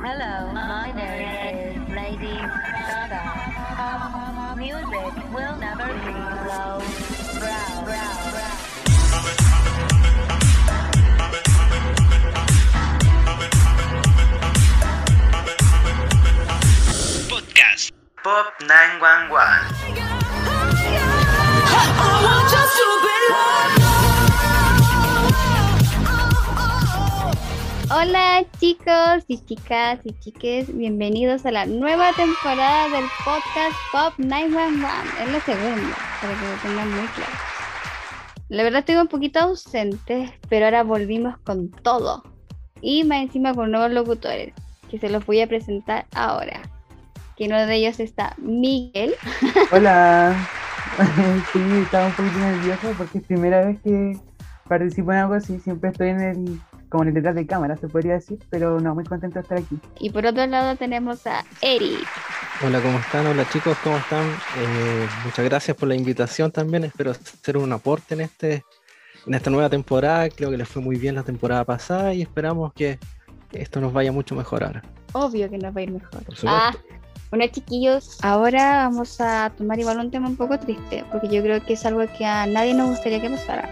Hello, my name is Lady Gaga. Music will never be low brow, brow, brow. Podcast Pop 911. Hola chicos y chicas y chiques, bienvenidos a la nueva temporada del podcast Pop 911. Es la segunda, para que lo tengan muy claro. La verdad estoy un poquito ausente, pero ahora volvimos con todo. Y más encima con nuevos locutores, que se los voy a presentar ahora. Que uno de ellos está Miguel. Hola. Sí, estaba un poquito nervioso porque es primera vez que participo en algo así. Siempre estoy como en el detrás de cámara, se podría decir, pero no, muy contento de estar aquí. Y por otro lado tenemos a Eric. Hola, ¿cómo están? Hola chicos, ¿cómo están? Muchas gracias por la invitación también. Espero hacer un aporte en esta nueva temporada. Creo que les fue muy bien la temporada pasada y esperamos que esto nos vaya mucho mejor ahora. Obvio que nos va a ir mejor. Por supuesto. Bueno chicillos, ahora vamos a tomar igual un tema un poco triste, porque yo creo que es algo que a nadie nos gustaría que pasara.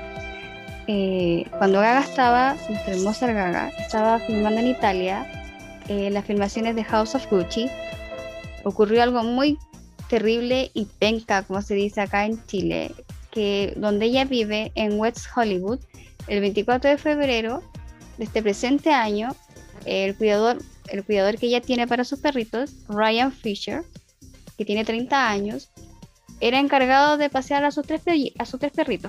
Cuando Gaga estaba, nuestra hermosa Gaga, estaba filmando en Italia las filmaciones de House of Gucci, ocurrió algo muy terrible y penca, como se dice acá en Chile, que donde ella vive, en West Hollywood, el 24 de febrero de este presente año, el cuidador que ella tiene para sus perritos, Ryan Fisher, que tiene 30 años, era encargado de pasear a sus tres perritos,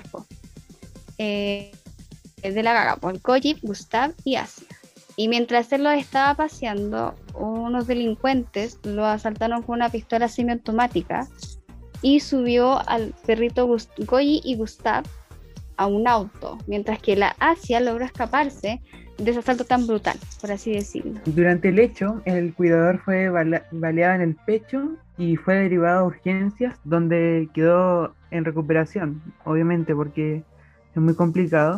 de la Gaga, por Koji, Gustav y Asia. Y mientras él los estaba paseando, unos delincuentes lo asaltaron con una pistola semiautomática y subió al perrito Koji y Gustav a un auto, mientras que la Asia logró escaparse de ese asalto tan brutal, por así decirlo. Durante el hecho, el cuidador fue baleado en el pecho y fue derivado a urgencias, donde quedó en recuperación, obviamente, porque es muy complicado.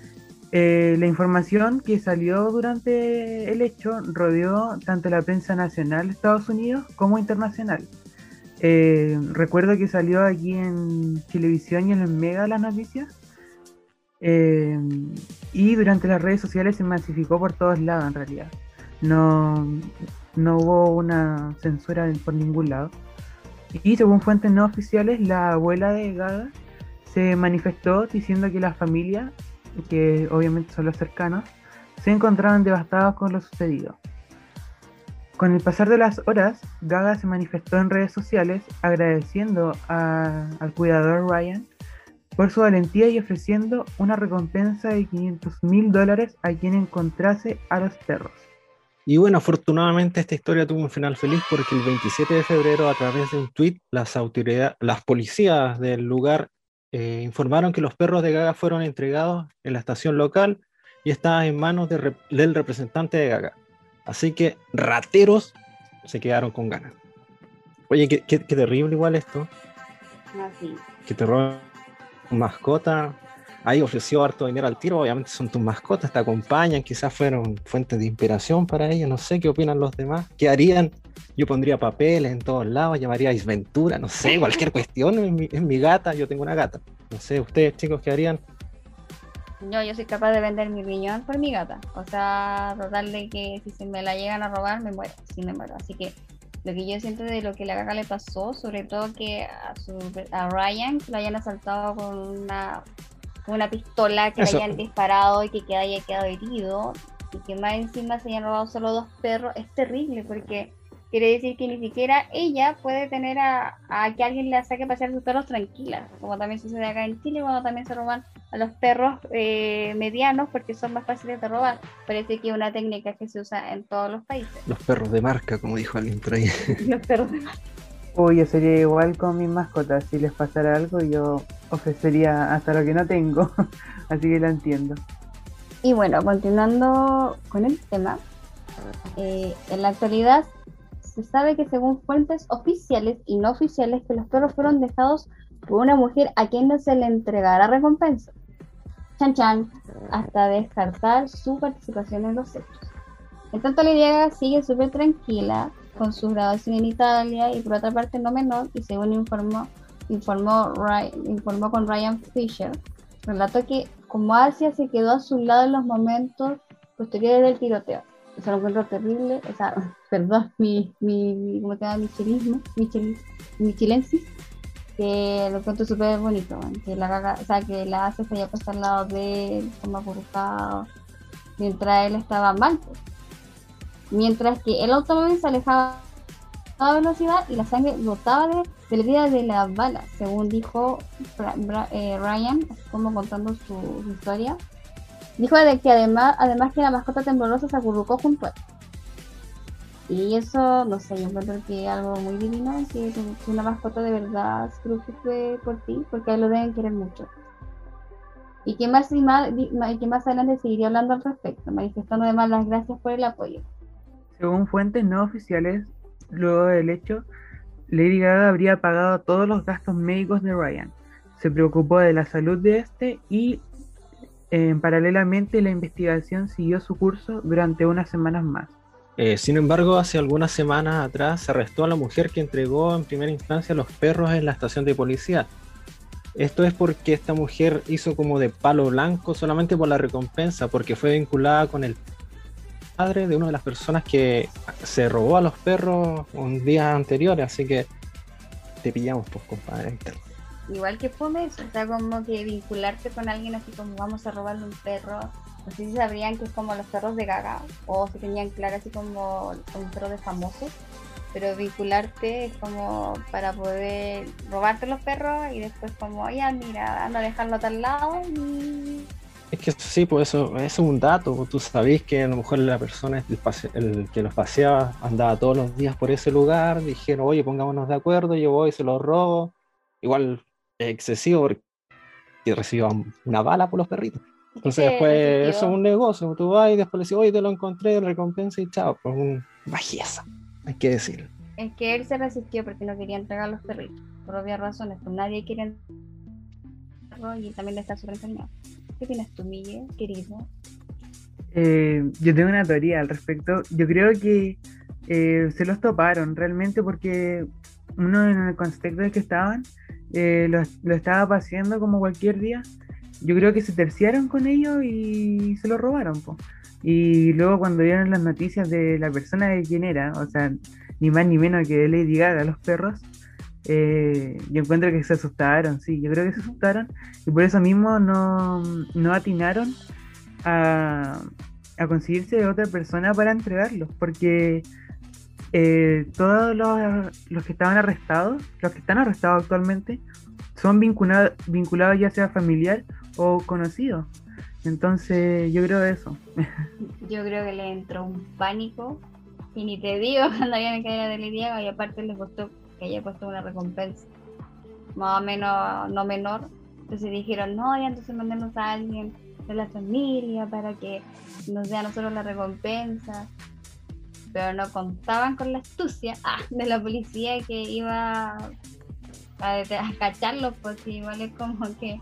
La información que salió durante el hecho rodeó tanto la prensa nacional de Estados Unidos como internacional. Recuerdo que salió aquí en Chilevisión y en el Mega las noticias. Y durante las redes sociales se masificó por todos lados en realidad. No hubo una censura por ningún lado. Y según fuentes no oficiales, la abuela de Gaga se manifestó diciendo que la familia, que obviamente son los cercanos, se encontraban devastados con lo sucedido. Con el pasar de las horas, Gaga se manifestó en redes sociales agradeciendo al cuidador Ryan por su valentía y ofreciendo una recompensa de $500,000 a quien encontrase a los perros. Y bueno, afortunadamente esta historia tuvo un final feliz porque el 27 de febrero, a través de un tuit, las policías del lugar informaron que los perros de Gaga fueron entregados en la estación local y estaban en manos del representante de Gaga. Así que rateros se quedaron con ganas. Oye, qué terrible igual esto. Así. Que te roban mascota. Ahí ofreció harto dinero al tiro. Obviamente son tus mascotas, te acompañan, quizás fueron fuentes de inspiración para ellos. No sé qué opinan los demás. ¿Qué harían? Yo pondría papeles en todos lados, llamaría a Isventura, no sé, cualquier cuestión. Es mi gata, yo tengo una gata. No sé, ustedes chicos, ¿qué harían? Yo soy capaz de vender mi riñón por mi gata. O sea, total de que si se me la llegan a robar, me muero. Sí, me muero. Así que lo que yo siento de lo que la Gaga le pasó, sobre todo que a Ryan, que lo hayan asaltado con una pistola, que Eso. le hayan disparado y que haya quedado herido, y que más encima se hayan robado solo 2 perros, es terrible, porque quiere decir que ni siquiera ella puede tener a que alguien le saque a pasear a sus perros tranquila, como también sucede acá en Chile, cuando también se roban a los perros medianos, porque son más fáciles de robar. Parece que es una técnica que se usa en todos los países. Los perros de marca, como dijo alguien por ahí. Los perros de marca. Uy, yo sería igual con mis mascotas. Si les pasara algo, yo ofrecería hasta lo que no tengo. Así que lo entiendo. Y bueno, continuando con el tema, en la actualidad se sabe que según fuentes oficiales y no oficiales que los perros fueron dejados por una mujer a quien no se le entregará recompensa. Chan chan, hasta descartar su participación en los hechos. En tanto, Lady Gaga sigue súper tranquila con su grabación en Italia y por otra parte no menor, y según informó con Ryan Fisher, relató que como Asia se quedó a su lado en los momentos posteriores del tiroteo. Eso lo encuentro terrible, o sea, perdón, ¿cómo se llama? Mi chilensis, que lo encuentro súper bonito, man, que la Gaga, o sea, que la Asia se haya puesto al lado de él, como acurrucado, mientras él estaba mal, pues. Mientras que el automóvil se alejaba a toda velocidad y la sangre brotaba de la herida de las balas, según dijo Ryan, así como contando su historia. Dijo de que además que la mascota temblorosa se acurrucó junto a él. Y eso, no sé, yo encuentro que es algo muy divino, que una mascota de verdad se preocupe por ti, porque a él lo deben querer mucho. Y que más adelante seguiría hablando al respecto, manifestando además las gracias por el apoyo. Según fuentes no oficiales, luego del hecho, Lady Gaga habría pagado todos los gastos médicos de Ryan. Se preocupó de la salud de este y paralelamente la investigación siguió su curso durante unas semanas más. Sin embargo, hace algunas semanas atrás se arrestó a la mujer que entregó en primera instancia los perros en la estación de policía. Esto es porque esta mujer hizo como de palo blanco solamente por la recompensa, porque fue vinculada con el padre de una de las personas que se robó a los perros un día anterior, así que te pillamos, pues, compadre. Igual que fome eso, o sea, como que vincularte con alguien así como vamos a robarle un perro. No sé si sabrían que es como los perros de Gaga, o si tenían claro así como un perro de famosos, pero vincularte es como para poder robarte los perros y después como, ya mira, anda a dejarlo a tal lado y... Es que sí, pues eso es un dato, pues tú sabés que a lo mejor la persona, el que los paseaba, andaba todos los días por ese lugar, dijeron, oye, pongámonos de acuerdo, yo voy y se los robo. Igual es excesivo porque recibió una bala por los perritos. Entonces después eso es un negocio, tú vas y después le dices, oye, te lo encontré, recompensa y chao, pues un bajeza, hay que decirlo. Es que él se resistió porque no quería entregar los perritos, por obvias razones, pues nadie quiere entregarlo y también le está súper enfermado. ¿Qué opinas tú, Miguel, querido? Yo tengo una teoría al respecto. Yo creo que se los toparon realmente porque uno en el contexto en el que estaban lo estaba paseando como cualquier día. Yo creo que se terciaron con ellos y se lo robaron, po. Y luego cuando vieron las noticias de la persona de quién era, o sea, ni más ni menos que Lady Gaga, los perros, yo encuentro que se asustaron, sí, yo creo que se asustaron y por eso mismo no atinaron a conseguirse de otra persona para entregarlos, porque todos los que estaban arrestados, los que están arrestados actualmente, son vinculados ya sea familiar o conocido. Entonces yo creo eso. Yo creo que le entró un pánico y ni te digo cuando habían caído de Lady Gaga y aparte les costó que haya puesto una recompensa más o menos no menor. Entonces dijeron, no, ya entonces mandemos a alguien de la familia para que nos dé a nosotros la recompensa. Pero no contaban con la astucia de la policía que iba a cacharlos, pues igual es como que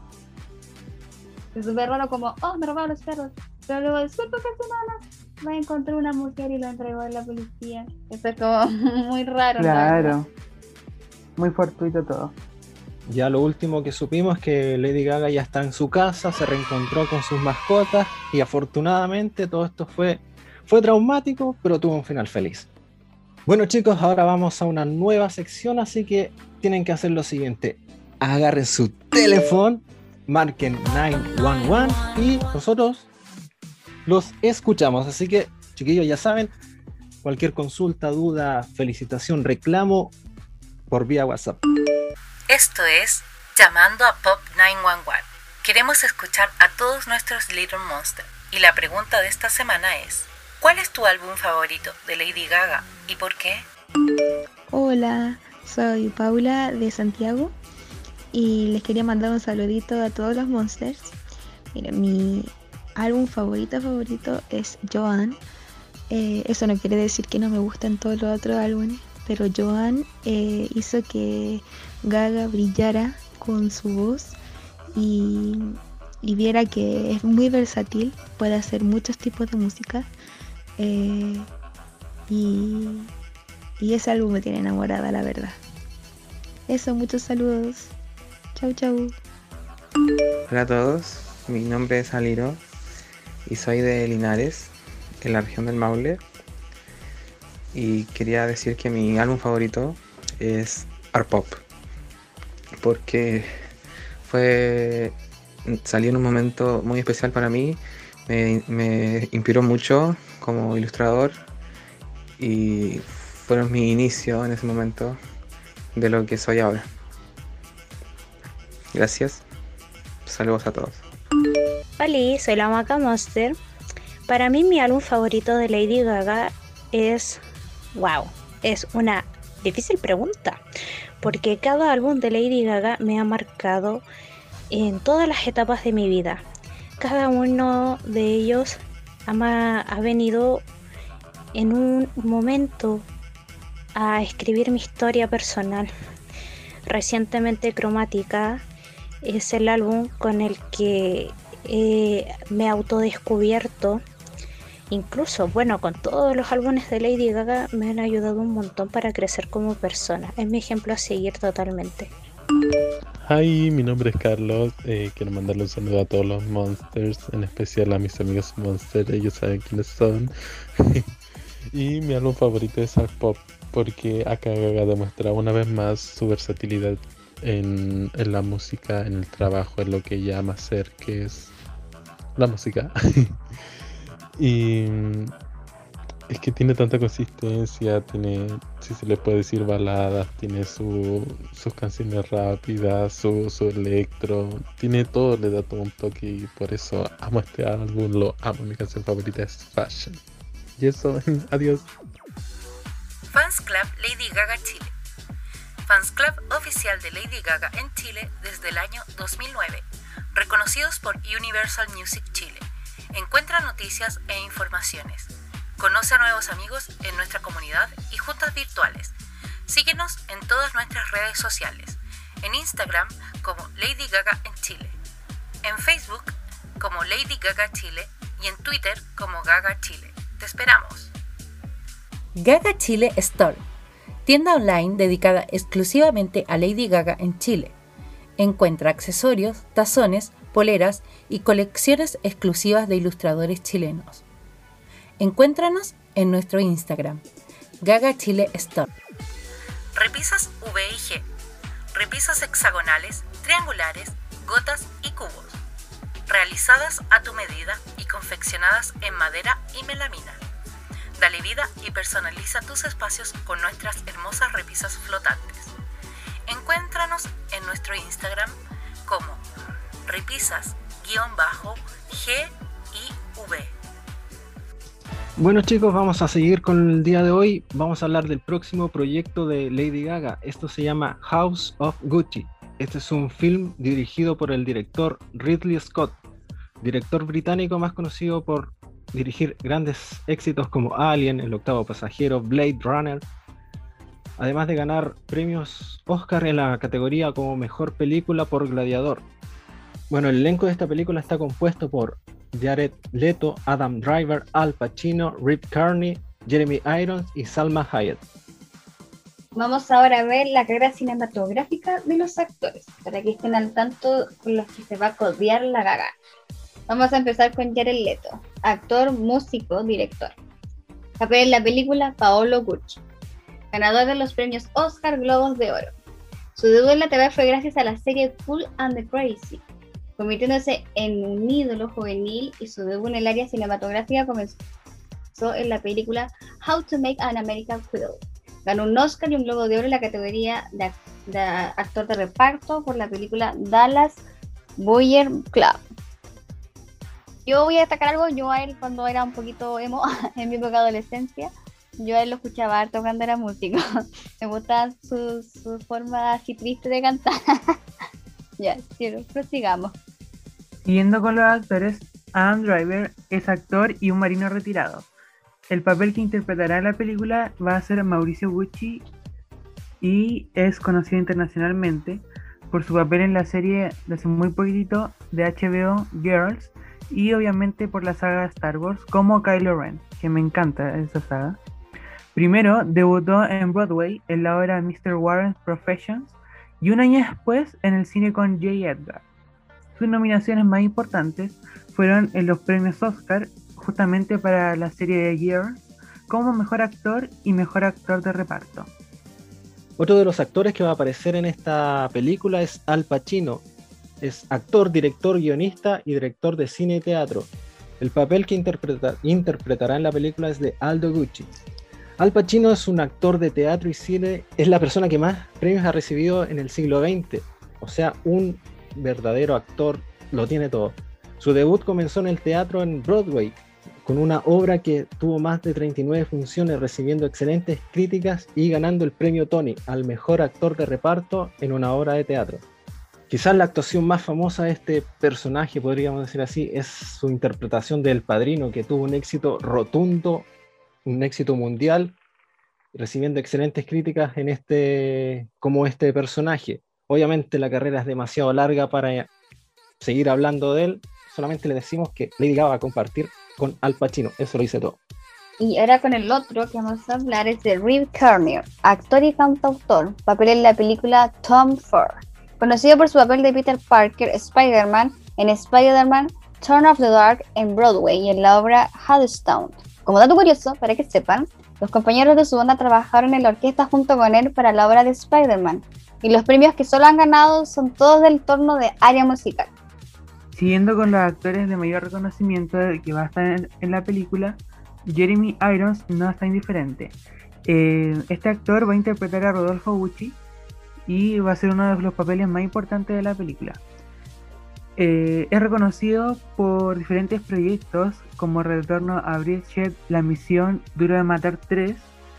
es súper raro como, me robaron los perros, pero luego después de pocas semanas va a encontrar una mujer y lo entregó a la policía. Eso es como muy raro. Claro, muy fortuito todo. Ya lo último que supimos es que Lady Gaga ya está en su casa, se reencontró con sus mascotas y afortunadamente todo esto fue traumático, pero tuvo un final feliz. Bueno chicos, ahora vamos a una nueva sección, así que tienen que hacer lo siguiente. Agarren su teléfono, marquen 911 y nosotros los escuchamos. Así que chiquillos, ya saben, cualquier consulta, duda, felicitación, reclamo por vía WhatsApp. Esto es Llamando a Pop 911. Queremos escuchar a todos nuestros Little Monsters y la pregunta de esta semana es: ¿cuál es tu álbum favorito de Lady Gaga y por qué? Hola, soy Paula de Santiago y les quería mandar un saludito a todos los Monsters. Mira, mi álbum favorito es Joanne. Eso no quiere decir que no me gustan todos los otros álbumes, pero Joanne hizo que Gaga brillara con su voz y viera que es muy versátil, puede hacer muchos tipos de música. Y, y ese álbum me tiene enamorada, la verdad. Eso, muchos saludos. Chau, chau. Hola a todos, mi nombre es Aliro y soy de Linares, en la región del Maule. Y quería decir que mi álbum favorito es Art Pop, porque salió en un momento muy especial para mí, me inspiró mucho como ilustrador y fueron mi inicio en ese momento de lo que soy ahora. Gracias, saludos a todos. Hola, soy la Maca Monster. Para mí mi álbum favorito de Lady Gaga es... ¡Wow! Es una difícil pregunta, porque cada álbum de Lady Gaga me ha marcado en todas las etapas de mi vida. Cada uno de ellos ha venido en un momento a escribir mi historia personal. Recientemente Cromática es el álbum con el que me he autodescubierto. Incluso, bueno, con todos los álbumes de Lady Gaga me han ayudado un montón para crecer como persona. Es mi ejemplo a seguir totalmente. Hi, mi nombre es Carlos. Quiero mandarle un saludo a todos los Monsters, en especial a mis amigos Monsters. Ellos saben quiénes son. Y mi álbum favorito es Art Pop, porque acá Gaga demuestra una vez más su versatilidad en la música, en el trabajo, en lo que ella ama hacer, que es la música. Y es que tiene tanta consistencia, tiene, si se le puede decir, baladas, tiene sus canciones rápidas, su electro, tiene todo, le da todo un toque y por eso amo este álbum, lo amo. Mi canción favorita es Fashion. Y eso, adiós. Fans Club Lady Gaga Chile. Fans Club oficial de Lady Gaga en Chile desde el año 2009, reconocidos por Universal Music Chile. Encuentra noticias e informaciones. Conoce a nuevos amigos en nuestra comunidad y juntas virtuales. Síguenos en todas nuestras redes sociales. En Instagram como Lady Gaga en Chile. En Facebook como Lady Gaga Chile y en Twitter como Gaga Chile. ¡Te esperamos! Gaga Chile Store, tienda online dedicada exclusivamente a Lady Gaga en Chile. Encuentra accesorios, tazones, poleras y colecciones exclusivas de ilustradores chilenos. Encuéntranos en nuestro Instagram, Gaga Chile Store. Repisas V y G, repisas hexagonales, triangulares, gotas y cubos, realizadas a tu medida y confeccionadas en madera y melamina. Dale vida y personaliza tus espacios con nuestras hermosas repisas flotantes. Encuéntranos en nuestro Instagram como repisas_GIV. Bueno chicos, vamos a seguir con el día de hoy. Vamos a hablar del próximo proyecto de Lady Gaga. Esto se llama House of Gucci. Este es un film dirigido por el director Ridley Scott, director británico más conocido por dirigir grandes éxitos como Alien, El octavo pasajero, Blade Runner, además de ganar premios Oscar en la categoría como mejor película por Gladiador. Bueno, el elenco de esta película está compuesto por Jared Leto, Adam Driver, Al Pacino, Rip Kearney, Jeremy Irons y Salma Hayek. Vamos ahora a ver la carrera cinematográfica de los actores, para que estén al tanto con los que se va a codear la Gaga. Vamos a empezar con Jared Leto, actor, músico, director. Papel en la película Paolo Gucci, ganador de los premios Oscar Globos de Oro. Su debut en la TV fue gracias a la serie Cool and the Crazy, convirtiéndose en un ídolo juvenil, y su debut en el área cinematográfica comenzó en la película How to Make an American Girl. Ganó un Oscar y un Globo de Oro en la categoría de actor de reparto por la película Dallas Buyers Club. Yo voy a destacar algo. Yo a él, cuando era un poquito emo, en mi época de adolescencia, yo a él lo escuchaba harto cuando era músico. Me gustaba su forma así triste de cantar. Ya, quiero, prosigamos. Siguiendo con los actores, Adam Driver es actor y un marino retirado. El papel que interpretará en la película va a ser Mauricio Gucci y es conocido internacionalmente por su papel en la serie de hace muy poquitito de HBO Girls y obviamente por la saga Star Wars como Kylo Ren. que me encanta esa saga. Primero, debutó en Broadway en la obra Mr. Warren's Professions y un año después en el cine con J. Edgar. Sus nominaciones más importantes fueron en los premios Oscar, justamente para la serie de Gears, como mejor actor y mejor actor de reparto. Otro de los actores que va a aparecer en esta película es Al Pacino. Es actor, director, guionista y director de cine y teatro. El papel que interpretará en la película es de Aldo Gucci. Al Pacino es un actor de teatro y cine, es la persona que más premios ha recibido en el siglo XX. O sea, un verdadero actor, lo tiene todo. Su debut comenzó en el teatro en Broadway, con una obra que tuvo más de 39 funciones, recibiendo excelentes críticas y ganando el premio Tony al mejor actor de reparto en una obra de teatro. Quizás la actuación más famosa de este personaje, podríamos decir así, es su interpretación de El Padrino, que tuvo un éxito rotundo, un éxito mundial, recibiendo excelentes críticas como este personaje. Obviamente la carrera es demasiado larga para seguir hablando de él, solamente le decimos que Lady Gaga va a compartir con Al Pacino, eso lo dice todo. Y ahora con el otro que vamos a hablar es de Reeve Carner, actor y cantautor, papel en la película Tom Ford. Conocido por su papel de Peter Parker, Spider-Man, en Spider-Man Turn of the Dark en Broadway y en la obra Hadestown. Como dato curioso, para que sepan, los compañeros de su banda trabajaron en la orquesta junto con él para la obra de Spider-Man, y los premios que solo han ganado son todos del torno de área musical. Siguiendo con los actores de mayor reconocimiento que va a estar en la película, Jeremy Irons no está indiferente. Este actor va a interpretar a Rodolfo Gucci y va a ser uno de los papeles más importantes de la película. Es reconocido por diferentes proyectos como Retorno a Bridget, La Misión, Duro de Matar 3,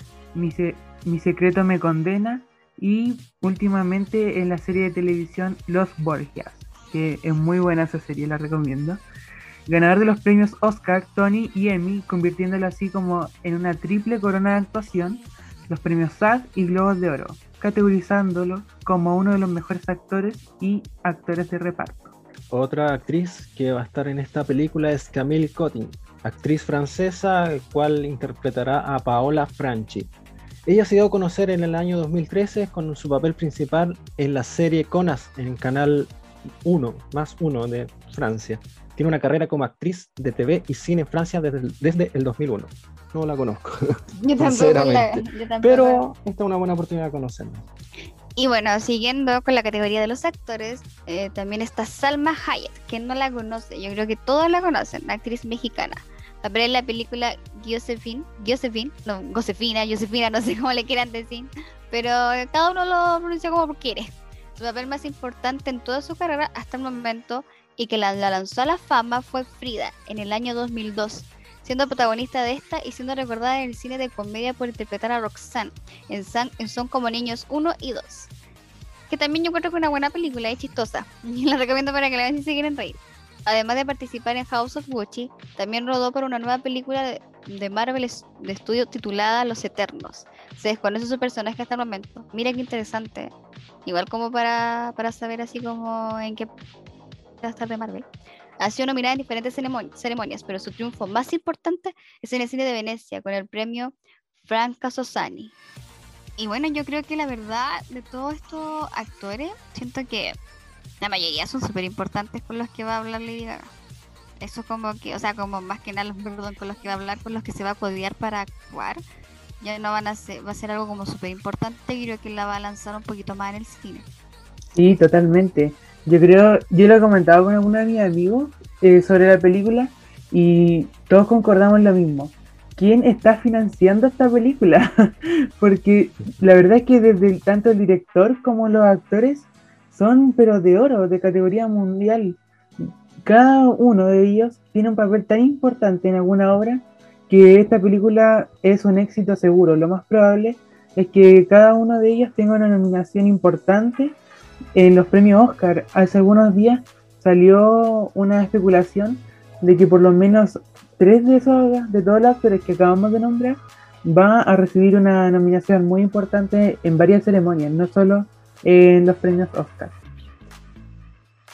Mi Secreto Me Condena y últimamente en la serie de televisión Los Borgias, que es muy buena esa serie, la recomiendo. Ganador de los premios Oscar, Tony y Emmy, convirtiéndolo así como en una triple corona de actuación, los premios SAG y Globos de Oro, categorizándolo como uno de los mejores actores y actores de reparto. Otra actriz que va a estar en esta película es Camille Cottin, actriz francesa, el cual interpretará a Paola Franchi. Ella se dio a conocer en el año 2013 con su papel principal en la serie Conas en Canal 1, más 1 de Francia. Tiene una carrera como actriz de TV y cine en Francia desde el 2001. No la conozco, Yo sinceramente. tampoco. Pero esta es una buena oportunidad de conocerla. Y bueno, siguiendo con la categoría de los actores, también está Salma Hayek, que no la conoce, yo creo que todos la conocen, una actriz mexicana. Papel en la película Josefina, no sé cómo le quieran decir, pero cada uno lo pronuncia como quiere. Su papel más importante en toda su carrera hasta el momento y que la lanzó a la fama fue Frida en el año 2002, siendo protagonista de esta y siendo recordada en el cine de comedia por interpretar a Roxanne en Son como niños 1 y 2, que también yo encuentro que es una buena película, es chistosa y la recomiendo para que la vean si se quieren reír. Además de participar en House of Gucci, también rodó por una nueva película de Marvel de estudio titulada Los Eternos. Se desconoce su personaje hasta el momento. Mira qué interesante, igual como para saber así como en qué va a estar de Marvel. Ha sido nominada en diferentes ceremonias, pero su triunfo más importante es en el cine de Venecia, con el premio Franca Sozzani. Y bueno, yo creo que la verdad de todos estos actores, siento que la mayoría son súper importantes con los que va a hablar Lady Gaga. Eso como que, o sea, como más que nada, con los que va a hablar, con los que se va a codear para actuar, ya no va a ser algo como súper importante, y creo que la va a lanzar un poquito más en el cine. Sí, totalmente. Yo lo he comentado con algunos de mis amigos sobre la película y todos concordamos lo mismo. ¿Quién está financiando esta película? Porque la verdad es que tanto el director como los actores son pero de oro, de categoría mundial. Cada uno de ellos tiene un papel tan importante en alguna obra que esta película es un éxito seguro. Lo más probable es que cada uno de ellos tenga una nominación importante en los premios Oscar. Hace algunos días salió una especulación de que por lo menos 3 de todos los actores que acabamos de nombrar van a recibir una nominación muy importante en varias ceremonias, no solo en los premios Oscar.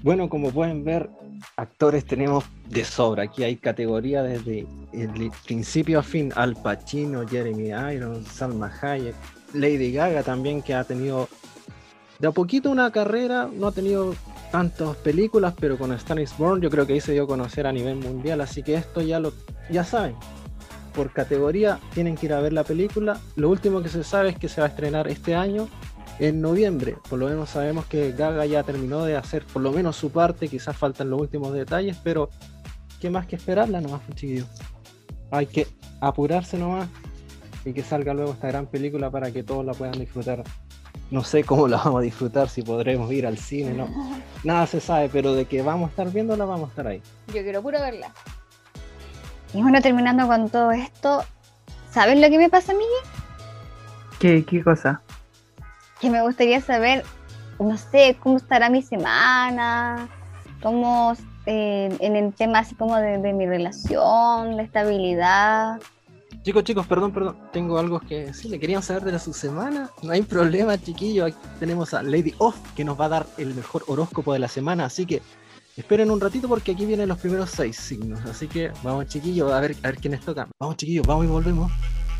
Bueno, como pueden ver, actores tenemos de sobra. Aquí hay categoría desde el principio a fin. Al Pacino, Jeremy Irons, Salma Hayek, Lady Gaga también, que ha tenido de a poquito una carrera, no ha tenido tantas películas, pero con Star is Born yo creo que ahí se dio a conocer a nivel mundial, así que esto ya saben. Por categoría tienen que ir a ver la película. Lo último que se sabe es que se va a estrenar este año en noviembre. Por lo menos sabemos que Gaga ya terminó de hacer por lo menos su parte, quizás faltan los últimos detalles, pero qué más que esperarla nomás, chiquillos. Hay que apurarse nomás y que salga luego esta gran película para que todos la puedan disfrutar. No sé cómo la vamos a disfrutar, si podremos ir al cine, no. Nada se sabe, pero de que vamos a estar viéndola, vamos a estar ahí. Yo quiero puro verla. Y bueno, terminando con todo esto, ¿sabes lo que me pasa a mí? ¿Qué cosa? Que me gustaría saber, no sé, cómo estará mi semana, cómo en el tema así como de mi relación, la estabilidad. Chicos, perdón, tengo algo que decirle. ¿Querían saber de su semana? No hay problema, chiquillos. Aquí tenemos a Lady Off, que nos va a dar el mejor horóscopo de la semana, así que esperen un ratito porque aquí vienen los primeros 6 signos. Así que vamos, chiquillos, a ver quiénes tocan. Vamos, chiquillos, vamos y volvemos.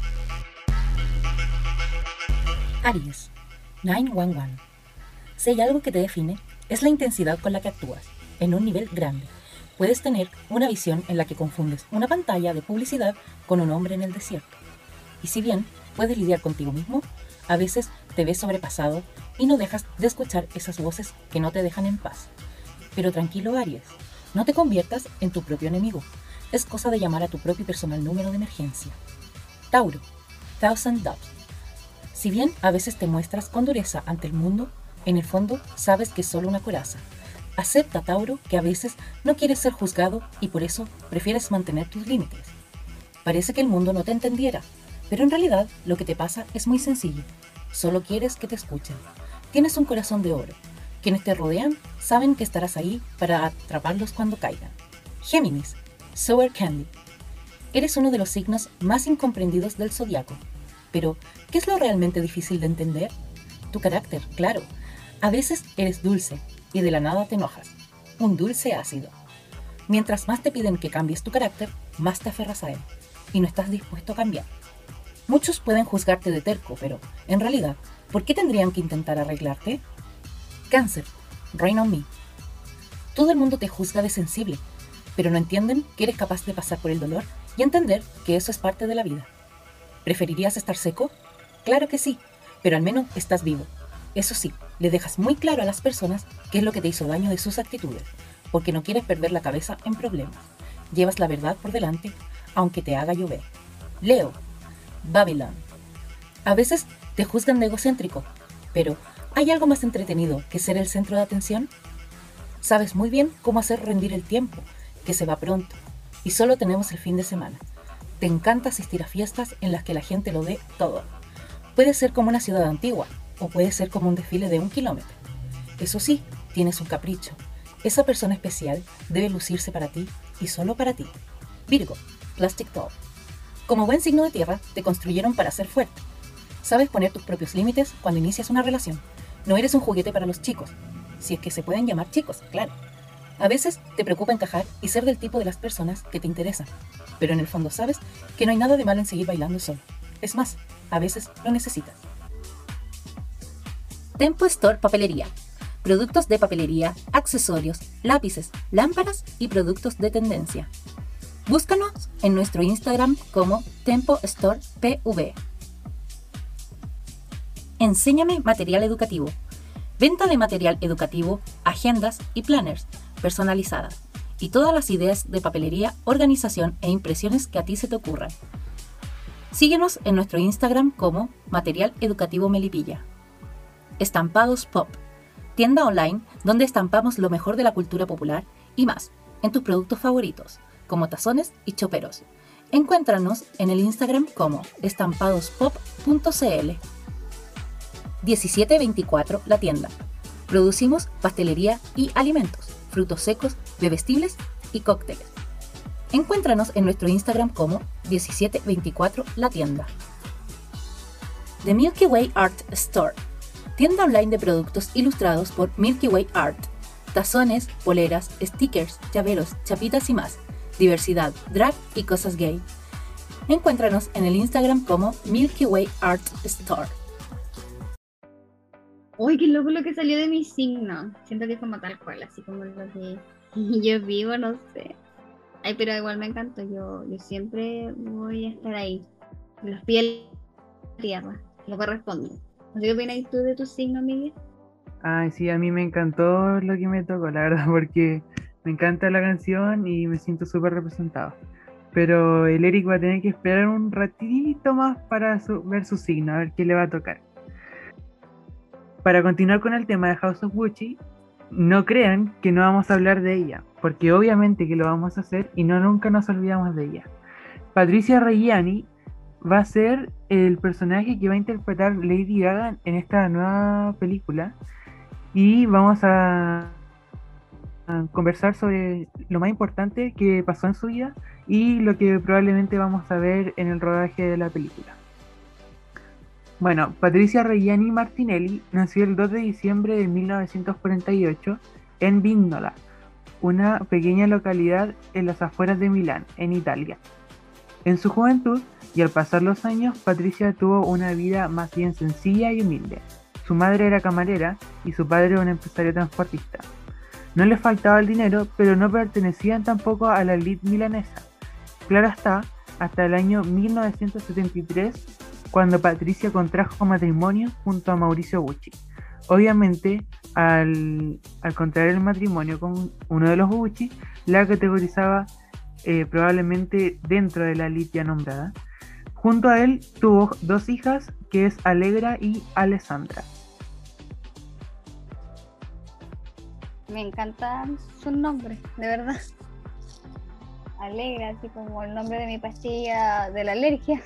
Aries, 911. Si hay algo que te define, es la intensidad con la que actúas, en un nivel grande. Puedes tener una visión en la que confundes una pantalla de publicidad con un hombre en el desierto. Y si bien puedes lidiar contigo mismo, a veces te ves sobrepasado y no dejas de escuchar esas voces que no te dejan en paz. Pero tranquilo, Aries, no te conviertas en tu propio enemigo. Es cosa de llamar a tu propio personal número de emergencia. Tauro, 1000 Doves. Si bien a veces te muestras con dureza ante el mundo, en el fondo sabes que es solo una coraza. Acepta, Tauro, que a veces no quieres ser juzgado y por eso prefieres mantener tus límites. Parece que el mundo no te entendiera, pero en realidad lo que te pasa es muy sencillo. Solo quieres que te escuchen. Tienes un corazón de oro. Quienes te rodean saben que estarás ahí para atraparlos cuando caigan. Géminis, Sour Candy. Eres uno de los signos más incomprendidos del zodiaco. Pero, ¿qué es lo realmente difícil de entender? Tu carácter, claro. A veces eres dulce y de la nada te enojas. Un dulce ácido. Mientras más te piden que cambies tu carácter, más te aferras a él y no estás dispuesto a cambiar. Muchos pueden juzgarte de terco, pero, en realidad, ¿por qué tendrían que intentar arreglarte? Cáncer, Rain on Me. Todo el mundo te juzga de sensible, pero no entienden que eres capaz de pasar por el dolor y entender que eso es parte de la vida. ¿Preferirías estar seco? Claro que sí, pero al menos estás vivo. Eso sí, le dejas muy claro a las personas qué es lo que te hizo daño de sus actitudes, porque no quieres perder la cabeza en problemas. Llevas la verdad por delante, aunque te haga llover. Leo, Babylon. A veces te juzgan de egocéntrico, pero ¿hay algo más entretenido que ser el centro de atención? Sabes muy bien cómo hacer rendir el tiempo, que se va pronto, y solo tenemos el fin de semana. Te encanta asistir a fiestas en las que la gente lo dé todo. Puede ser como una ciudad antigua, o puede ser como un desfile de 1 kilómetro. Eso sí, tienes un capricho. Esa persona especial debe lucirse para ti y solo para ti. Virgo, Plastic Doll. Como buen signo de tierra, te construyeron para ser fuerte. Sabes poner tus propios límites cuando inicias una relación. No eres un juguete para los chicos, si es que se pueden llamar chicos, claro. A veces te preocupa encajar y ser del tipo de las personas que te interesan, pero en el fondo sabes que no hay nada de malo en seguir bailando solo. Es más, a veces lo necesitas. Tempo Store Papelería. Productos de papelería, accesorios, lápices, lámparas y productos de tendencia. Búscanos en nuestro Instagram como Tempo Store PV. Enséñame material educativo. Venta de material educativo, agendas y planners personalizadas y todas las ideas de papelería, organización e impresiones que a ti se te ocurran. Síguenos en nuestro Instagram como Material Educativo Melipilla. Estampados Pop. Tienda online donde estampamos lo mejor de la cultura popular y más en tus productos favoritos, como tazones y choperos. Encuéntranos en el Instagram como estampadospop.cl. 1724 La Tienda. Producimos pastelería y alimentos, frutos secos, bebestibles y cócteles. Encuéntranos en nuestro Instagram como 1724 La Tienda. The Milky Way Art Store. Tienda online de productos ilustrados por Milky Way Art. tazones, poleras, stickers, llaveros, chapitas y más. Diversidad, drag y cosas gay. Encuéntranos en el Instagram como Milky Way Art Store. Uy, qué loco lo que salió de mi signo. Siento que es como tal cual, así como lo que yo vivo, no sé. Ay, pero igual me encantó. Yo siempre voy a estar ahí. Los pies en la tierra. Lo corresponde. No sé qué opinas tú de tu signo, Miguel. Ay, sí, a mí me encantó lo que me tocó, la verdad, porque me encanta la canción y me siento súper representado. Pero el Eric va a tener que esperar un ratito más para ver su signo, a ver qué le va a tocar. Para continuar con el tema de House of Gucci, no crean que no vamos a hablar de ella, porque obviamente que lo vamos a hacer y nunca nos olvidamos de ella. Patricia Reggiani va a ser el personaje que va a interpretar Lady Gaga en esta nueva película y vamos a conversar sobre lo más importante que pasó en su vida y lo que probablemente vamos a ver en el rodaje de la película. Bueno, Patricia Reggiani Martinelli nació el 2 de diciembre de 1948 en Vignola, una pequeña localidad en las afueras de Milán, en Italia. En su juventud y al pasar los años, Patricia tuvo una vida más bien sencilla y humilde. Su madre era camarera y su padre un empresario transportista. No les faltaba el dinero, pero no pertenecían tampoco a la elite milanesa. Claro está, hasta el año 1973, cuando Patricia contrajo matrimonio junto a Mauricio Gucci. Obviamente, al contraer el matrimonio con uno de los Gucci, la categorizaba probablemente dentro de la elite ya nombrada. Junto a él tuvo dos hijas, que es Allegra y Alessandra. Me encantan sus nombres, de verdad. Alegra, así como el nombre de mi pastilla de la alergia.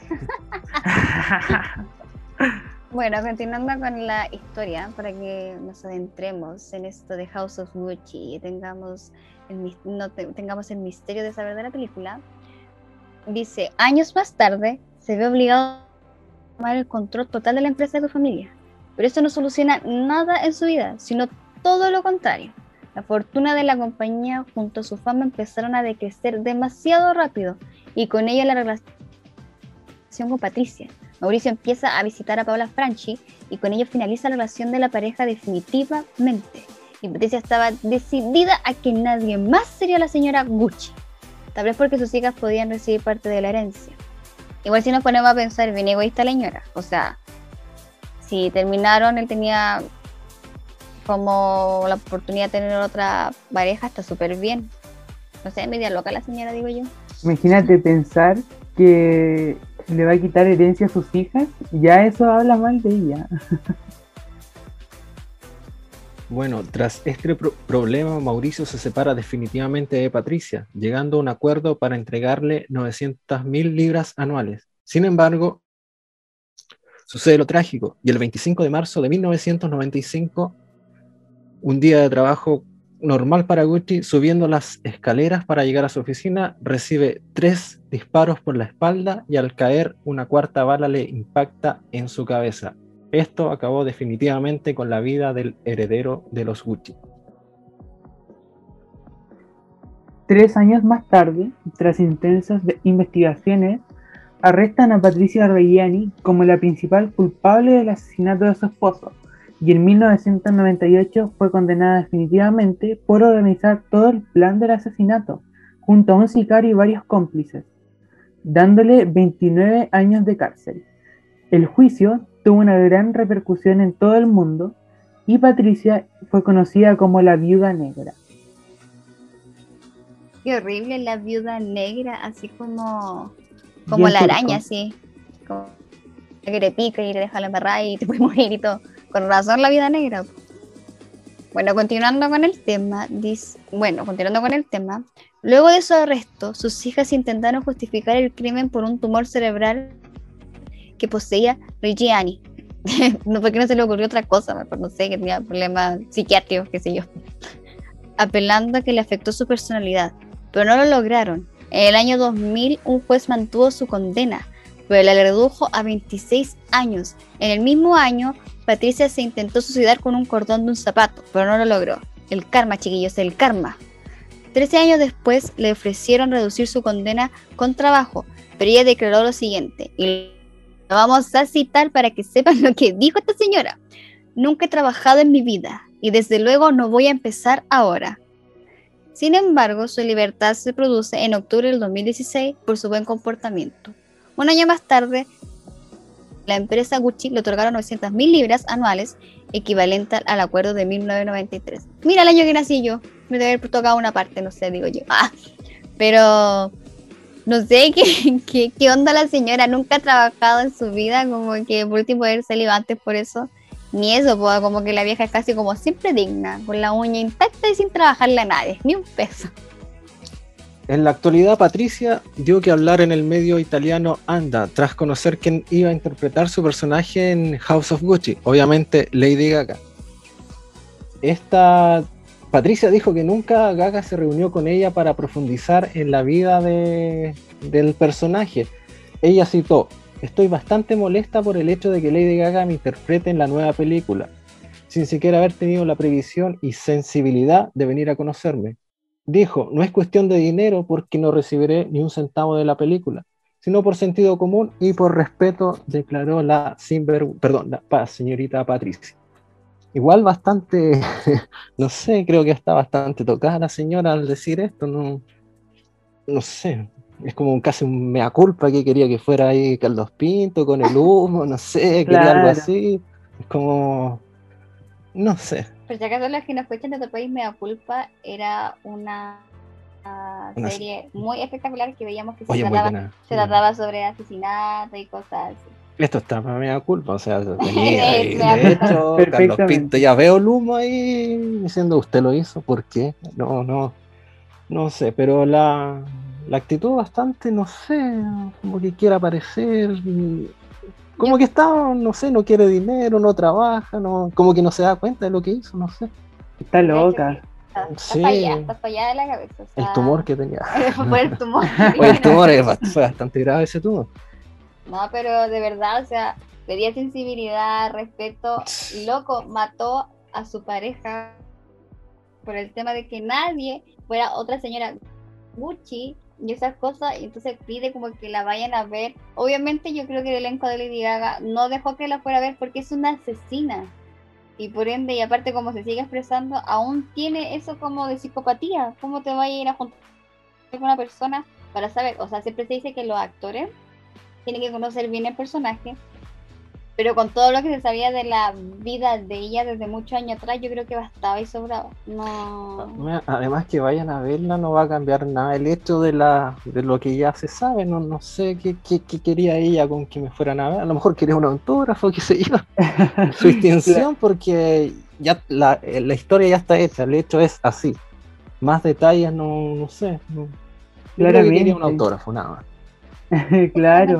Bueno, continuando con la historia, para que nos adentremos en esto de House of Gucci y tengamos el misterio de saber de la película. Dice, años más tarde, se ve obligado a tomar el control total de la empresa de su familia. Pero esto no soluciona nada en su vida, sino todo lo contrario. La fortuna de la compañía junto a su fama empezaron a decrecer demasiado rápido y con ella la relación con Patricia. Mauricio empieza a visitar a Paola Franchi y con ello finaliza la relación de la pareja definitivamente. Y Patricia estaba decidida a que nadie más sería la señora Gucci. Tal vez porque sus hijas podían recibir parte de la herencia. Igual si nos ponemos a pensar, bien egoísta la señora. O sea, si terminaron, él tenía como la oportunidad de tener otra pareja, está súper bien. No sé, media loca la señora, digo yo. Imagínate pensar que le va a quitar herencia a sus hijas, ya eso habla mal de ella. Bueno, tras este problema, Mauricio se separa definitivamente de Patricia, llegando a un acuerdo para entregarle 900.000 libras anuales. Sin embargo, sucede lo trágico, y el 25 de marzo de 1995, un día de trabajo normal para Gucci, subiendo las escaleras para llegar a su oficina, recibe 3 disparos por la espalda y al caer una cuarta bala le impacta en su cabeza. Esto acabó definitivamente con la vida del heredero de los Gucci. 3 años más tarde, tras intensas investigaciones, arrestan a Patricia Reggiani como la principal culpable del asesinato de su esposo, y en 1998 fue condenada definitivamente por organizar todo el plan del asesinato, junto a un sicario y varios cómplices, dándole 29 años de cárcel. El juicio tuvo una gran repercusión en todo el mundo y Patricia fue conocida como la Viuda Negra. Qué horrible la Viuda Negra, así como Bien la turco. araña, así. Como que te pica y te deja la embarrada y te puedes morir y todo. Con razón la Viuda Negra. Bueno, continuando con el tema, luego de su arresto, sus hijas intentaron justificar el crimen por un tumor cerebral que poseía Reggiani. No, porque no se le ocurrió otra cosa, mejor no sé, que tenía problemas psiquiátricos, qué sé yo. Apelando a que le afectó su personalidad, pero no lo lograron. En el año 2000, un juez mantuvo su condena, pero la redujo a 26 años. En el mismo año, Patricia se intentó suicidar con un cordón de un zapato, pero no lo logró. El karma, chiquillos, el karma. 13 años después le ofrecieron reducir su condena con trabajo, pero ella declaró lo siguiente, y lo vamos a citar para que sepan lo que dijo esta señora. Nunca he trabajado en mi vida, y desde luego no voy a empezar ahora. Sin embargo, su libertad se produce en octubre del 2016 por su buen comportamiento. Un año más tarde, la empresa Gucci le otorgaron 900.000 libras anuales, equivalente al acuerdo de 1993. Mira el año que nací yo, me debe haber tocado una parte, no sé, digo yo. Pero no sé qué onda la señora, nunca ha trabajado en su vida, como que por último haber salido antes por eso. Ni eso, pues, como que la vieja es casi como siempre digna, con la uña intacta y sin trabajarle a nadie, ni un peso. En la actualidad, Patricia dio que hablar en el medio italiano Anda, tras conocer quién iba a interpretar su personaje en House of Gucci, obviamente Lady Gaga. Patricia dijo que nunca Gaga se reunió con ella para profundizar en la vida del personaje. Ella citó: estoy bastante molesta por el hecho de que Lady Gaga me interprete en la nueva película, sin siquiera haber tenido la previsión y sensibilidad de venir a conocerme. Dijo, no es cuestión de dinero porque no recibiré ni un centavo de la película, sino por sentido común y por respeto, declaró la señorita Patricia. Igual bastante, no sé, creo que está bastante tocada la señora al decir esto, no sé. Es como casi un mea culpa que quería que fuera ahí Carlos Pinto con el humo, no sé, quería algo así. Es como, no sé. Por si acaso los que nos escuchan de otro país, Mea Culpa era una serie muy espectacular que veíamos que se trataba sobre asesinato y cosas así. Esto está para Mea Culpa, o sea, venía ahí, de hecho, Carlos Pinto, ya veo el humo ahí diciendo, ¿usted lo hizo? ¿Por qué? No sé, pero la actitud bastante, no sé, como que quiere aparecer, como que está, no sé, no quiere dinero, no trabaja, como que no se da cuenta de lo que hizo, no sé. Está loca. Está fallada de la cabeza. O sea, el tumor que tenía. Fue el tumor. Oye, el tumor fue bastante grave ese tumor. No, pero de verdad, o sea, pedía sensibilidad, respeto, loco, mató a su pareja por el tema de que nadie fuera otra señora Gucci y esas cosas, y entonces pide como que la vayan a ver. Obviamente yo creo que el elenco de Lady Gaga no dejó que la fuera a ver porque es una asesina, y por ende, y aparte como se sigue expresando, aún tiene eso como de psicopatía. ¿Cómo te va a ir a juntar con una persona para saber? O sea, siempre se dice que los actores tienen que conocer bien el personaje, pero con todo lo que se sabía de la vida de ella desde muchos años atrás, yo creo que bastaba y sobraba. No. Además que vayan a verla no va a cambiar nada el hecho de lo que ya se sabe. No sé qué quería ella con que me fueran a ver. A lo mejor quería un autógrafo, qué sé yo. Su extensión, porque ya la historia ya está hecha, el hecho es así. Más detalles no sé. Claramente quería un autógrafo, nada más. Claro.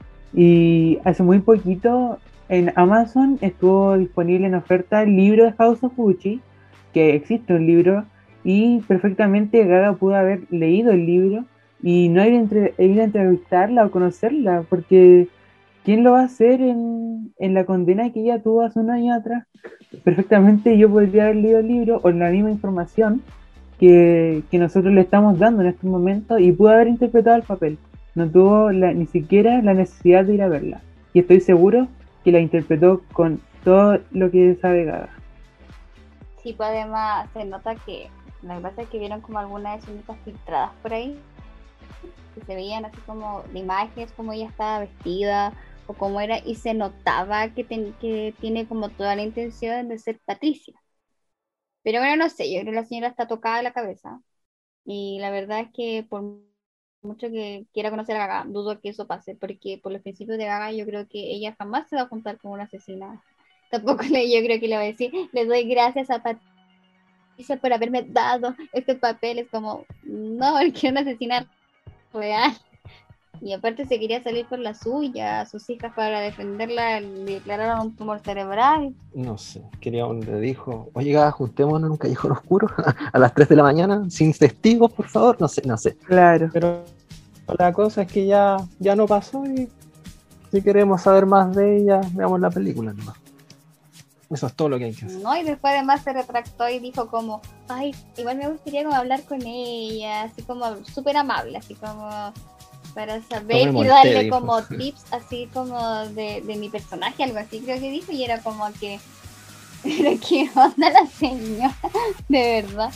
Y hace muy poquito en Amazon estuvo disponible en oferta el libro de House of Gucci, que existe un libro, y perfectamente Gaga pudo haber leído el libro y no ir a entrevistarla o conocerla, porque ¿quién lo va a hacer en la condena que ella tuvo hace unos años atrás? Perfectamente yo podría haber leído el libro o la misma información que nosotros le estamos dando en este momento y pudo haber interpretado el papel. No tuvo ni siquiera la necesidad de ir a verla. Y estoy seguro que la interpretó con todo lo que sabe Gaga. Sí, pues además se nota que lo que pasa es que vieron como algunas escenitas filtradas por ahí, que se veían así como de imágenes, como ella estaba vestida o cómo era, y se notaba que tiene como toda la intención de ser Patricia. Pero bueno, no sé, yo creo que la señora está tocada de la cabeza. Y la verdad es que por mucho que quiera conocer a Gaga, dudo que eso pase, porque por los principios de Gaga yo creo que ella jamás se va a juntar con una asesina. Tampoco yo creo que le va a decir, le doy gracias a Patricia por haberme dado este papel. Es como, no, porque una asesina real. Y aparte se quería salir por la suya, sus hijas para defenderla, le declararon un tumor cerebral. No sé, le dijo, oye Gaga, juntémonos en un callejón oscuro a las 3 de la mañana, sin testigos, por favor, no sé. Claro. Pero la cosa es que ya no pasó, y si queremos saber más de ella, veamos la película nomás. Eso es todo lo que hay que hacer. No, y después además se retractó y dijo como, ay, igual me gustaría como hablar con ella, así como súper amable, así como para saber No me y molesté, darle dijo. como tips así como de mi personaje, algo así creo que dijo, y era como que, pero qué onda la señora, de verdad.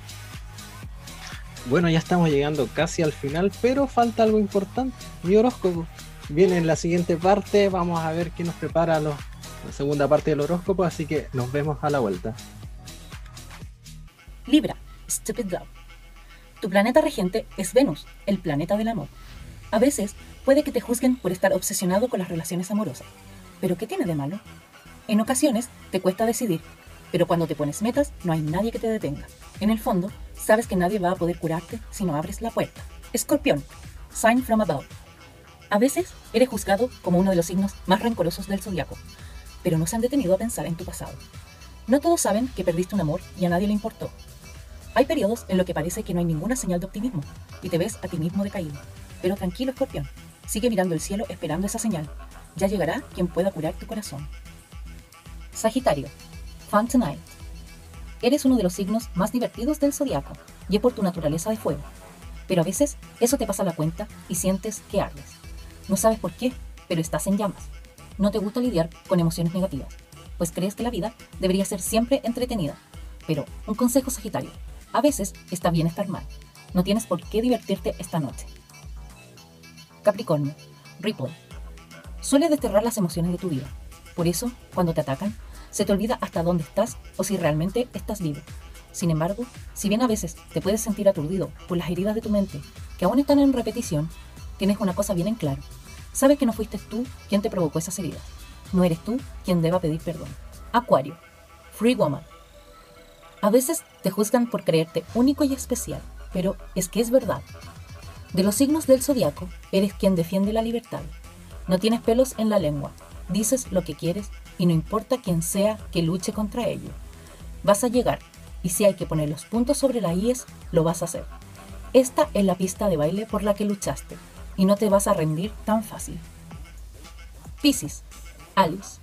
Bueno, ya estamos llegando casi al final, pero falta algo importante, mi horóscopo. Viene en la siguiente parte, vamos a ver qué nos prepara la segunda parte del horóscopo, así que nos vemos a la vuelta. Libra, Stupid Love. Tu planeta regente es Venus, el planeta del amor. A veces puede que te juzguen por estar obsesionado con las relaciones amorosas. ¿Pero qué tiene de malo? En ocasiones te cuesta decidir, pero cuando te pones metas no hay nadie que te detenga. En el fondo, sabes que nadie va a poder curarte si no abres la puerta. Escorpión, Sign from Above. A veces eres juzgado como uno de los signos más rencorosos del zodiaco, pero no se han detenido a pensar en tu pasado. No todos saben que perdiste un amor y a nadie le importó. Hay periodos en los que parece que no hay ninguna señal de optimismo y te ves a ti mismo decaído. Pero tranquilo, Escorpión, sigue mirando el cielo esperando esa señal. Ya llegará quien pueda curar tu corazón. Sagitario, Fun Tonight. Eres uno de los signos más divertidos del zodiaco y es por tu naturaleza de fuego. Pero a veces eso te pasa la cuenta y sientes que ardes. No sabes por qué, pero estás en llamas. No te gusta lidiar con emociones negativas, pues crees que la vida debería ser siempre entretenida. Pero, un consejo, Sagitario, a veces está bien estar mal. No tienes por qué divertirte esta noche. Capricornio, Ripple. Sueles desterrar las emociones de tu vida. Por eso, cuando te atacan, se te olvida hasta dónde estás o si realmente estás vivo. Sin embargo, si bien a veces te puedes sentir aturdido por las heridas de tu mente, que aún están en repetición, tienes una cosa bien en claro. Sabes que no fuiste tú quien te provocó esas heridas. No eres tú quien deba pedir perdón. Acuario, Free Woman. A veces te juzgan por creerte único y especial, pero es que es verdad. De los signos del zodiaco, eres quien defiende la libertad. No tienes pelos en la lengua, dices lo que quieres y no importa quién sea que luche contra ello. Vas a llegar y si hay que poner los puntos sobre las íes, lo vas a hacer. Esta es la pista de baile por la que luchaste y no te vas a rendir tan fácil. Piscis, Alice.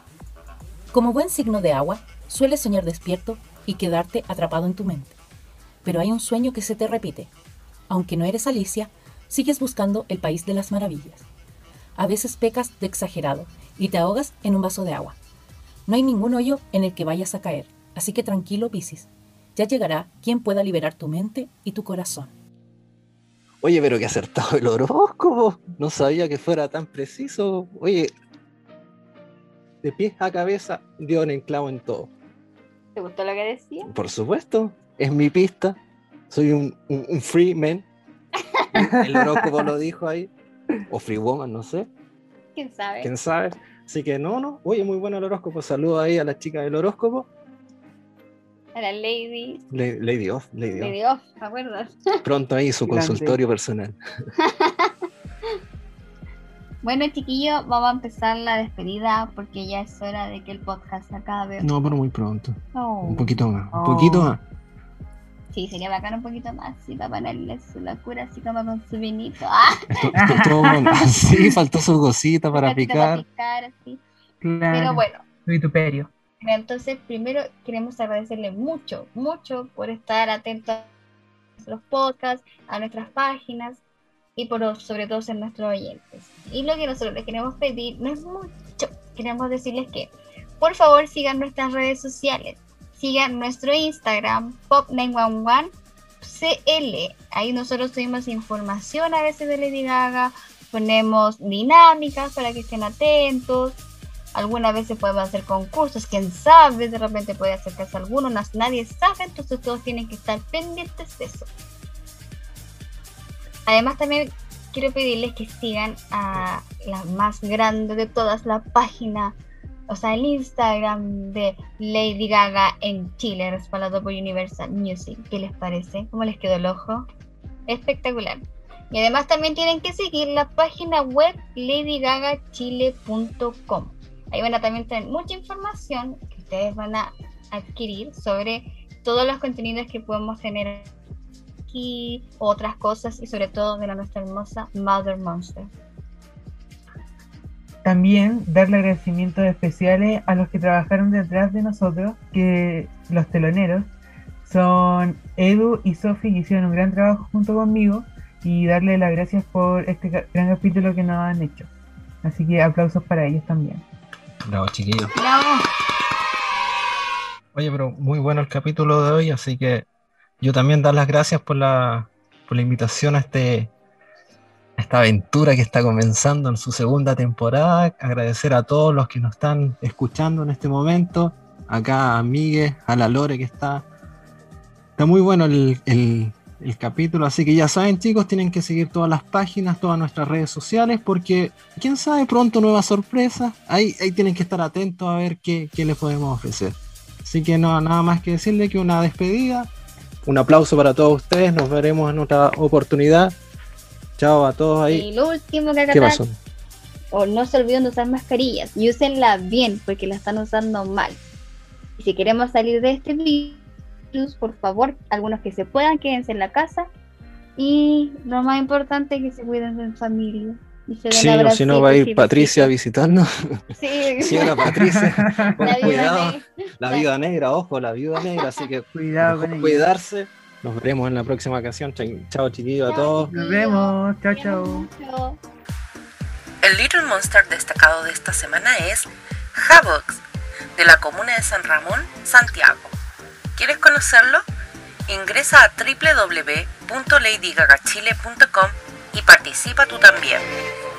Como buen signo de agua, sueles soñar despierto y quedarte atrapado en tu mente. Pero hay un sueño que se te repite. Aunque no eres Alicia, sigues buscando el país de las maravillas. A veces pecas de exagerado y te ahogas en un vaso de agua. No hay ningún hoyo en el que vayas a caer, así que tranquilo, Piscis. Ya llegará quien pueda liberar tu mente y tu corazón. Oye, pero que acertado el horóscopo. No sabía que fuera tan preciso. Oye, de pies a cabeza, dio en clavo en todo. ¿Te gustó lo que decía? Por supuesto, es mi pista. Soy un free man. El horóscopo lo dijo ahí. O free woman, no sé. ¿Quién sabe? ¿Quién sabe? Así que no. Oye, muy bueno el horóscopo. Saludos ahí a la chica del horóscopo. A la Lady. Lady Off. Lady Off, ¿te acuerdas? Pronto ahí su Grande. consultorio personal. Bueno, chiquillos, vamos a empezar la despedida porque ya es hora de que el podcast acabe. No, pero muy pronto. Oh. Un poquito más. Oh. Un poquito más. Sí, sería bacán un poquito más, sí, para ponerle su locura así como con su vinito. ¡Ah! Sí, faltó su cosita para picar. Así. Claro. Pero bueno, Vituperio. entonces primero queremos agradecerle mucho por estar atentos a nuestros podcasts, a nuestras páginas y por sobre todo ser nuestros oyentes. Y lo que nosotros les queremos pedir no es mucho, queremos decirles que por favor sigan nuestras redes sociales. Sigan nuestro Instagram, pop911cl. Ahí nosotros subimos información a veces de Lady Gaga, ponemos dinámicas para que estén atentos. Algunas veces podemos hacer concursos, quién sabe, de repente puede acercarse alguno, nadie sabe, entonces todos tienen que estar pendientes de eso. Además también quiero pedirles que sigan a la más grande de todas, la página, o sea, el Instagram de Lady Gaga en Chile, respaldado por Universal Music. ¿Qué les parece? ¿Cómo les quedó el ojo? Espectacular. Y además también tienen que seguir la página web ladygagachile.com. Ahí van a también tener mucha información que ustedes van a adquirir sobre todos los contenidos que podemos tener aquí, otras cosas y sobre todo de nuestra hermosa Mother Monster. también darle agradecimientos especiales a los que trabajaron detrás de nosotros, que los teloneros son Edu y Sofi, que hicieron un gran trabajo junto conmigo, y darle las gracias por este gran capítulo que nos han hecho. Así que aplausos para ellos también. Bravo, chiquillos. Bravo. Oye, pero muy bueno el capítulo de hoy, así que yo también dar las gracias por la invitación a esta aventura que está comenzando en su segunda temporada. Agradecer a todos los que nos están escuchando en este momento. Acá a Miguel, a la Lore que está muy bueno el capítulo, así que ya saben, chicos, tienen que seguir todas las páginas, todas nuestras redes sociales, porque quién sabe, pronto nuevas sorpresas. Ahí tienen que estar atentos a ver qué les podemos ofrecer. Así que no, nada más que decirle que una despedida. Un aplauso para todos ustedes, nos veremos en otra oportunidad. Chao a todos ahí. Y lo último que ¿Qué pasó? O no se olviden de usar mascarillas y úsenlas bien porque las están usando mal. Y si queremos salir de este virus, por favor, algunos que se puedan, quédense en la casa. Y lo más importante, que se cuiden de su familia. Y se den Sí, o abracitos si no va a ir y Patricia a besitos. visitarnos. Sí. Señora Patricia, con La viuda cuidado. negra. La viuda negra, ojo, la viuda negra, así que Cuidado con mejor ella. cuidarse. Nos veremos en la próxima ocasión. Chao, chiquillos, a todos. Nos vemos. Chao, chao. Mucho. El Little Monster destacado de esta semana es Havox, de la comuna de San Ramón, Santiago. ¿Quieres conocerlo? Ingresa a www.ladygagachile.com y participa tú también.